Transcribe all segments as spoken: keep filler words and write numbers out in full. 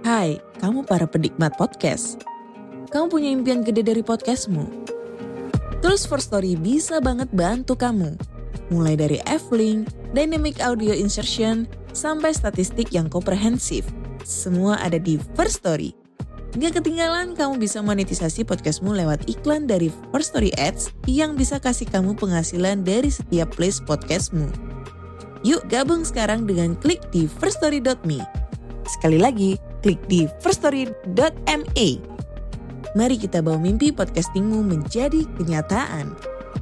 Hai, kamu para penikmat podcast. Kamu punya impian gede dari podcastmu? Terus First Story bisa banget bantu kamu. Mulai dari F-Link, Dynamic Audio Insertion, sampai statistik yang komprehensif. Semua ada di First Story. Gak ketinggalan kamu bisa monetisasi podcastmu lewat iklan dari First Story Ads yang bisa kasih kamu penghasilan dari setiap place podcastmu. Yuk gabung sekarang dengan klik di first story dot me. Sekali lagi, klik di first story dot me. Mari kita bawa mimpi podcastingmu menjadi kenyataan.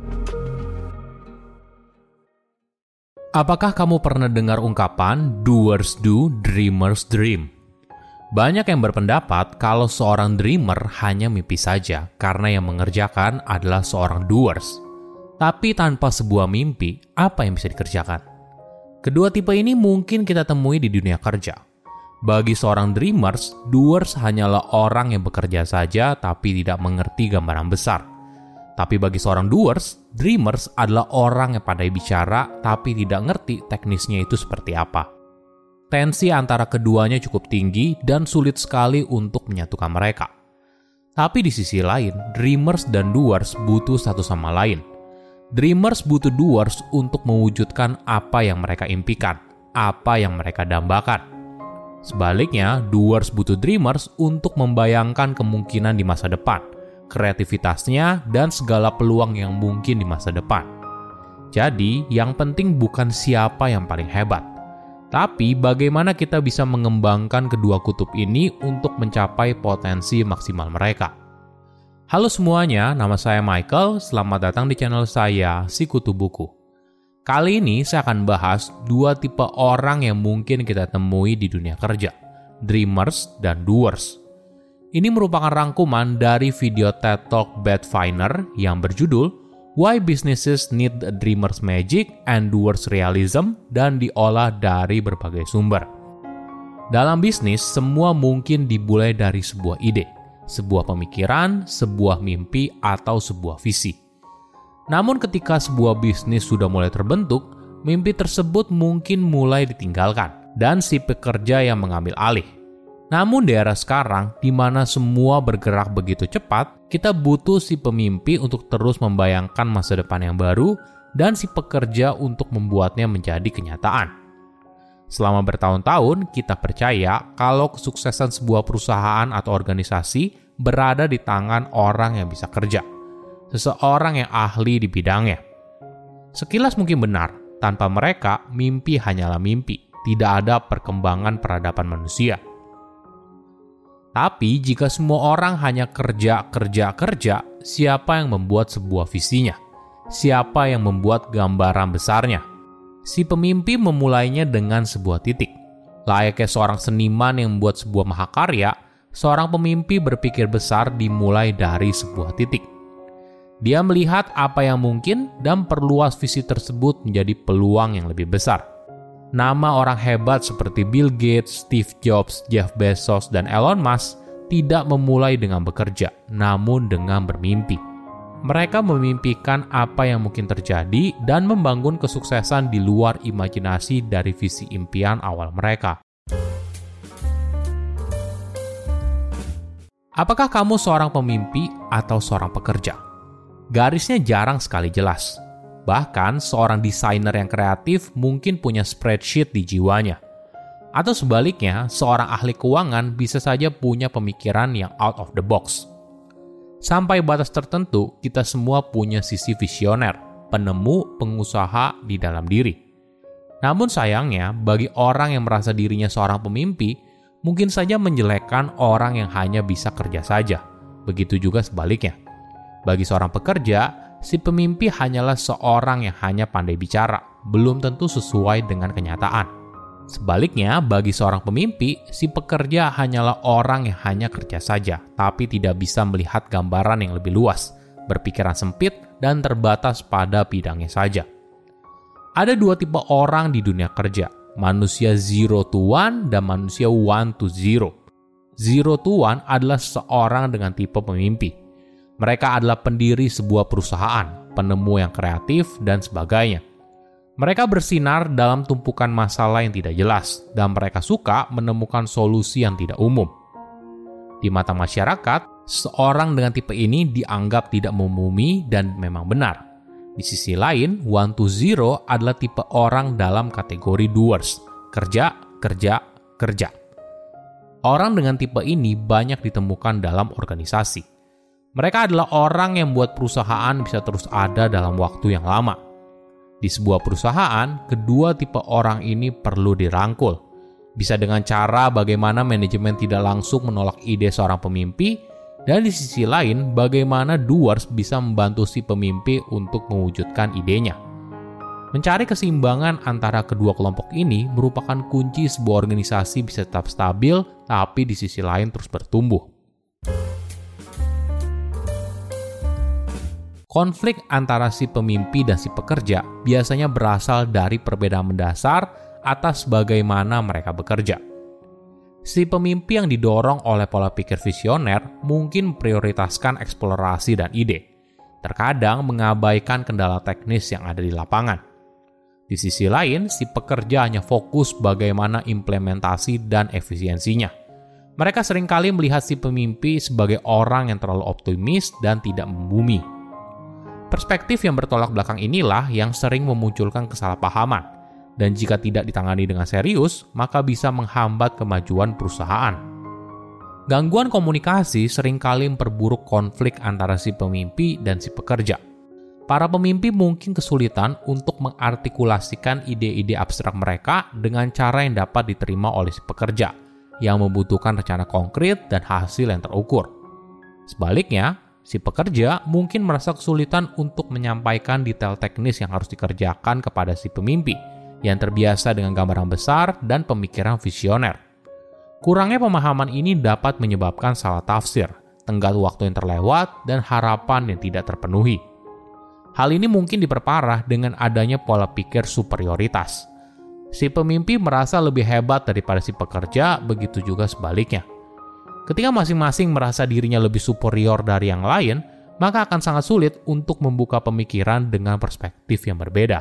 Apakah kamu pernah dengar ungkapan doers do, dreamers dream? Banyak yang berpendapat kalau seorang dreamer hanya mimpi saja karena yang mengerjakan adalah seorang doers. Tapi tanpa sebuah mimpi, apa yang bisa dikerjakan? Kedua tipe ini mungkin kita temui di dunia kerja. Bagi seorang dreamers, doers hanyalah orang yang bekerja saja tapi tidak mengerti gambaran besar. Tapi bagi seorang doers, dreamers adalah orang yang pandai bicara tapi tidak ngerti teknisnya itu seperti apa. Tensi antara keduanya cukup tinggi dan sulit sekali untuk menyatukan mereka. Tapi di sisi lain, dreamers dan doers butuh satu sama lain. Dreamers butuh doers untuk mewujudkan apa yang mereka impikan, apa yang mereka dambakan. Sebaliknya, doers butuh dreamers untuk membayangkan kemungkinan di masa depan, kreativitasnya, dan segala peluang yang mungkin di masa depan. Jadi, yang penting bukan siapa yang paling hebat, tapi bagaimana kita bisa mengembangkan kedua kutub ini untuk mencapai potensi maksimal mereka. Halo semuanya, nama saya Michael. Selamat datang di channel saya, Sikutu Buku. Kali ini saya akan bahas dua tipe orang yang mungkin kita temui di dunia kerja, dreamers dan doers. Ini merupakan rangkuman dari video TED Talk Beth Feiner yang berjudul Why Businesses Need a Dreamer's Magic and Doers Realism dan diolah dari berbagai sumber. Dalam bisnis, semua mungkin dimulai dari sebuah ide, sebuah pemikiran, sebuah mimpi, atau sebuah visi. Namun ketika sebuah bisnis sudah mulai terbentuk, mimpi tersebut mungkin mulai ditinggalkan dan si pekerja yang mengambil alih. Namun di era sekarang, di mana semua bergerak begitu cepat, kita butuh si pemimpi untuk terus membayangkan masa depan yang baru dan si pekerja untuk membuatnya menjadi kenyataan. Selama bertahun-tahun, kita percaya kalau kesuksesan sebuah perusahaan atau organisasi berada di tangan orang yang bisa kerja, seseorang yang ahli di bidangnya. Sekilas mungkin benar, tanpa mereka, mimpi hanyalah mimpi, tidak ada perkembangan peradaban manusia. Tapi jika semua orang hanya kerja, kerja, kerja, siapa yang membuat sebuah visinya? Siapa yang membuat gambaran besarnya? Si pemimpi memulainya dengan sebuah titik. Layaknya seorang seniman yang membuat sebuah mahakarya, seorang pemimpi berpikir besar dimulai dari sebuah titik. Dia melihat apa yang mungkin dan perluas visi tersebut menjadi peluang yang lebih besar. Nama orang hebat seperti Bill Gates, Steve Jobs, Jeff Bezos, dan Elon Musk tidak memulai dengan bekerja, namun dengan bermimpi. Mereka memimpikan apa yang mungkin terjadi dan membangun kesuksesan di luar imajinasi dari visi impian awal mereka. Apakah kamu seorang pemimpi atau seorang pekerja? Garisnya jarang sekali jelas. Bahkan seorang desainer yang kreatif mungkin punya spreadsheet di jiwanya. Atau sebaliknya, seorang ahli keuangan bisa saja punya pemikiran yang out of the box. Sampai batas tertentu, kita semua punya sisi visioner, penemu, pengusaha di dalam diri. Namun sayangnya, bagi orang yang merasa dirinya seorang pemimpi, mungkin saja menjelekkan orang yang hanya bisa kerja saja. Begitu juga sebaliknya. Bagi seorang pekerja, si pemimpi hanyalah seorang yang hanya pandai bicara, belum tentu sesuai dengan kenyataan. Sebaliknya, bagi seorang pemimpi, si pekerja hanyalah orang yang hanya kerja saja, tapi tidak bisa melihat gambaran yang lebih luas, berpikiran sempit, dan terbatas pada bidangnya saja. Ada dua tipe orang di dunia kerja, manusia zero to one dan manusia one to zero. Zero to one adalah seorang dengan tipe pemimpi. Mereka adalah pendiri sebuah perusahaan, penemu yang kreatif, dan sebagainya. Mereka bersinar dalam tumpukan masalah yang tidak jelas, dan mereka suka menemukan solusi yang tidak umum. Di mata masyarakat, seorang dengan tipe ini dianggap tidak memumi dan memang benar. Di sisi lain, one to zero adalah tipe orang dalam kategori doers, kerja, kerja, kerja. Orang dengan tipe ini banyak ditemukan dalam organisasi. Mereka adalah orang yang membuat perusahaan bisa terus ada dalam waktu yang lama. Di sebuah perusahaan, kedua tipe orang ini perlu dirangkul. Bisa dengan cara bagaimana manajemen tidak langsung menolak ide seorang pemimpi, dan di sisi lain bagaimana doers bisa membantu si pemimpi untuk mewujudkan idenya. Mencari keseimbangan antara kedua kelompok ini merupakan kunci sebuah organisasi bisa tetap stabil, tapi di sisi lain terus bertumbuh. Konflik antara si pemimpi dan si pekerja biasanya berasal dari perbedaan mendasar atas bagaimana mereka bekerja. Si pemimpi yang didorong oleh pola pikir visioner mungkin memprioritaskan eksplorasi dan ide, terkadang mengabaikan kendala teknis yang ada di lapangan. Di sisi lain, si pekerja hanya fokus bagaimana implementasi dan efisiensinya. Mereka seringkali melihat si pemimpi sebagai orang yang terlalu optimis dan tidak membumi. Perspektif yang bertolak belakang inilah yang sering memunculkan kesalahpahaman, dan jika tidak ditangani dengan serius, maka bisa menghambat kemajuan perusahaan. Gangguan komunikasi seringkali memperburuk konflik antara si pemimpi dan si pekerja. Para pemimpi mungkin kesulitan untuk mengartikulasikan ide-ide abstrak mereka dengan cara yang dapat diterima oleh si pekerja, yang membutuhkan rencana konkret dan hasil yang terukur. Sebaliknya, si pekerja mungkin merasa kesulitan untuk menyampaikan detail teknis yang harus dikerjakan kepada si pemimpi, yang terbiasa dengan gambaran besar dan pemikiran visioner. Kurangnya pemahaman ini dapat menyebabkan salah tafsir, tenggat waktu yang terlewat, dan harapan yang tidak terpenuhi. Hal ini mungkin diperparah dengan adanya pola pikir superioritas. Si pemimpi merasa lebih hebat daripada si pekerja, begitu juga sebaliknya. Ketika masing-masing merasa dirinya lebih superior dari yang lain, maka akan sangat sulit untuk membuka pemikiran dengan perspektif yang berbeda.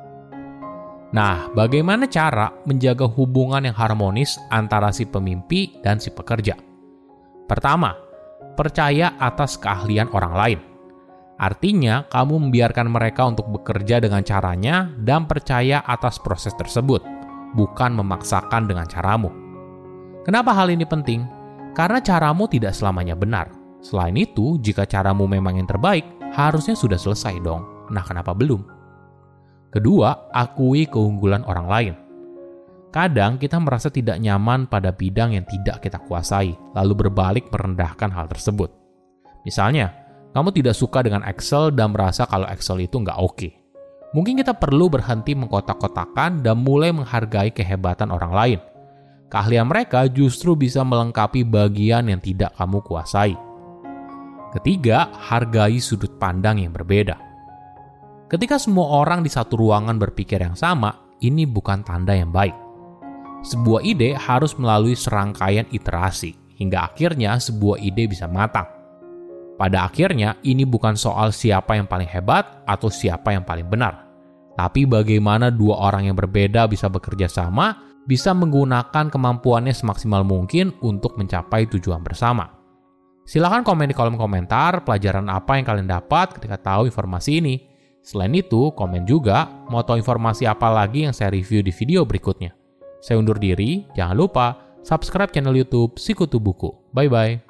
Nah, bagaimana cara menjaga hubungan yang harmonis antara si pemimpi dan si pekerja? Pertama, percaya atas keahlian orang lain. Artinya, kamu membiarkan mereka untuk bekerja dengan caranya dan percaya atas proses tersebut, bukan memaksakan dengan caramu. Kenapa hal ini penting? Karena caramu tidak selamanya benar. Selain itu, jika caramu memang yang terbaik, harusnya sudah selesai dong. Nah, kenapa belum? Kedua, akui keunggulan orang lain. Kadang kita merasa tidak nyaman pada bidang yang tidak kita kuasai, lalu berbalik merendahkan hal tersebut. Misalnya, kamu tidak suka dengan Excel dan merasa kalau Excel itu nggak oke. Mungkin kita perlu berhenti mengkotak-kotakan dan mulai menghargai kehebatan orang lain. Keahlian mereka justru bisa melengkapi bagian yang tidak kamu kuasai. Ketiga, hargai sudut pandang yang berbeda. Ketika semua orang di satu ruangan berpikir yang sama, ini bukan tanda yang baik. Sebuah ide harus melalui serangkaian iterasi, hingga akhirnya sebuah ide bisa matang. Pada akhirnya, ini bukan soal siapa yang paling hebat atau siapa yang paling benar, tapi bagaimana dua orang yang berbeda bisa bekerja sama, bisa menggunakan kemampuannya semaksimal mungkin untuk mencapai tujuan bersama. Silahkan komen di kolom komentar pelajaran apa yang kalian dapat ketika tahu informasi ini. Selain itu, komen juga mau tahu informasi apa lagi yang saya review di video berikutnya. Saya undur diri, jangan lupa subscribe channel YouTube Sikutu Buku. Bye-bye.